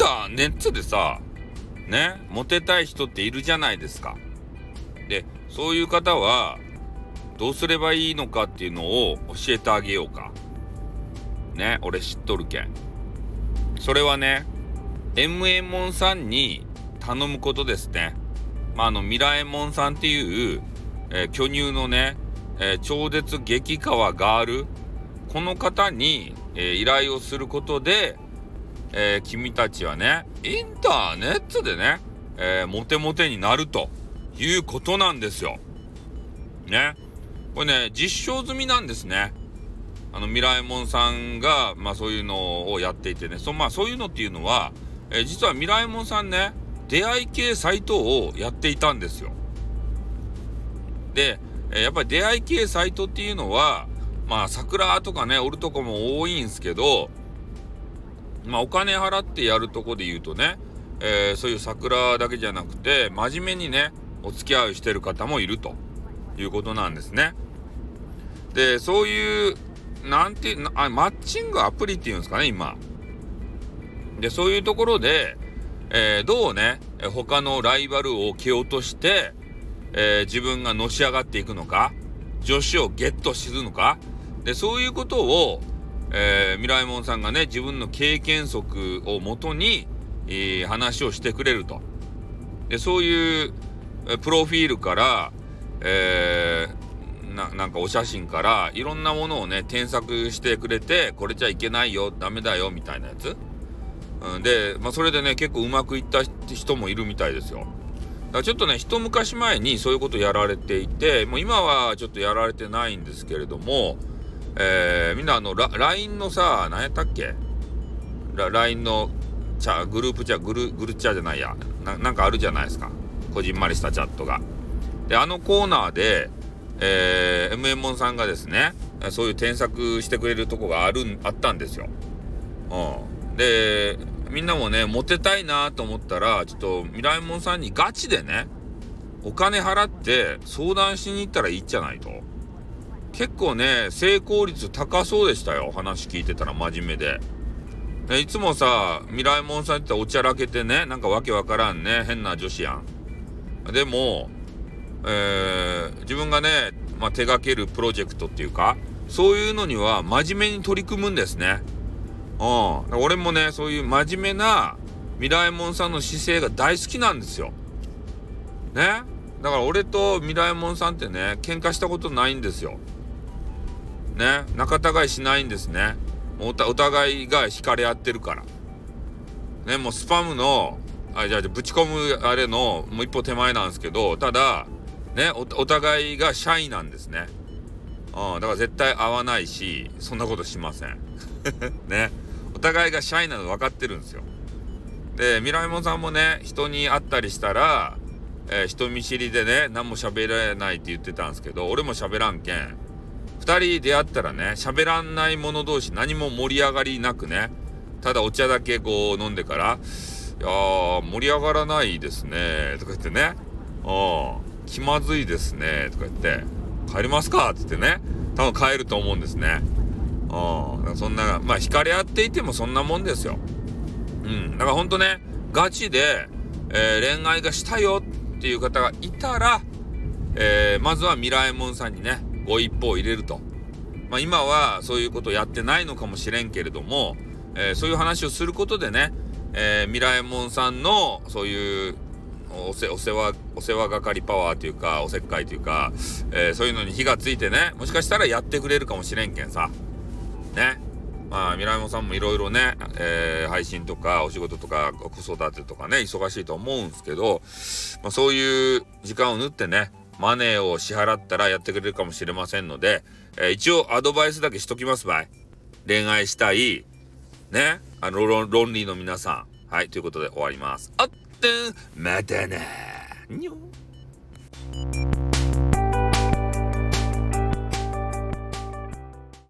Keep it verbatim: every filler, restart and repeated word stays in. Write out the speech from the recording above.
ターネットでさねモテたい人っているじゃないですか。でそういう方はどうすればいいのかっていうのを教えてあげようかね。俺知っとるけん。それはね エムエモンさんに頼むことですね。まああのミラエモンさんっていう、えー、巨乳のね、えー、超絶激川ガール、この方に、えー、依頼をすることで、えー、君たちはねインターネットでね、えー、モテモテになるということなんですよね。これね実証済みなんですね。あのミラエモンさんがまあそういうのをやっていてね、そまあそういうのっていうのは、えー、実はミラエモンさんね出会い系サイトをやっていたんですよ。で、えー、やっぱり出会い系サイトっていうのはまあ桜とかねおるとこも多いんすけど、まあお金払ってやるとこで言うとね、えー、そういう桜だけじゃなくて真面目にねお付き合いしてる方もいるということなんですね。でそういうなんてなあマッチングアプリっていうんですかね今で、そういうところで、えー、どうね他のライバルを蹴落として、えー、自分がのし上がっていくのか、女子をゲットするのかで、そういうことを、えー、ミライモンさんがね自分の経験則をもとに、えー、話をしてくれると。でそういうプロフィールから、えー、な, なんかお写真からいろんなものをね添削してくれて、これじゃいけないよダメだよみたいなやつ、うん、で、まあ、それでね結構うまくいった人もいるみたいですよ。だからちょっとね一昔前にそういうことやられていて、もう今はちょっとやられてないんですけれども、えー、みんなあの ライン のさ何やったっけ ライン のチャグループチャグルグルチャじゃないや な, なんかあるじゃないですか、こじんまりしたチャットが。であのコーナーで、えー、エムエモンさんがですねそういう添削してくれるとこがあるあったんですよ。うん、でみんなもねモテたいなと思ったらちょっとミライモンさんにガチでねお金払って相談しに行ったらいいんじゃないと。結構ね成功率高そうでしたよ、話聞いてたら真面目で。でいつもさミライモンさんっておちゃらけてねなんかわけわからんね変な女子やん。でも、えー、自分がね、まあ、手掛けるプロジェクトっていうかそういうのには真面目に取り組むんですね。うん、俺もねそういう真面目なミライモンさんの姿勢が大好きなんですよね。だから俺とミライモンさんってね喧嘩したことないんですよね。仲違いしないんですね。お, お互いが惹かれ合ってるからね。もうスパムのあじゃあぶち込むあれのもう一歩手前なんですけど、ただね お, お互いがシャイなんですね。うん、だから絶対合わないしそんなことしませんね。お互いがシャイなの分かってるんですよ。でミライモンさんもね人に会ったりしたら、えー、人見知りでね何も喋れないって言ってたんですけど、俺も喋らんけんふたり出会ったらね喋らんない者同士何も盛り上がりなくね、ただお茶だけこう飲んでからいやー盛り上がらないですねとか言ってね、うん気まずいですねとか言って帰りますかって言ってね多分帰ると思うんですね。うん、そんなまあ惹かれ合っていてもそんなもんですよ。うん、だからほんとねガチで、えー、恋愛がしたよっていう方がいたら、えー、まずはミラエモンさんにねご一報入れると。まあ今はそういうことやってないのかもしれんけれども、えー、そういう話をすることでね、えー、ミラエモンさんのそういうおせお世話お世話係パワーというかおせっかいというか、えー、そういうのに火がついてねもしかしたらやってくれるかもしれんけんさね。まあミライモンさんもいろいろね、えー、配信とかお仕事とか子育てとかね忙しいと思うんですけど、まあ、そういう時間を縫ってねマネーを支払ったらやってくれるかもしれませんので、えー、一応アドバイスだけしときますばい。恋愛したいねあのロンロンリーの皆さん、はいということで終わります。あってんまたなにょ。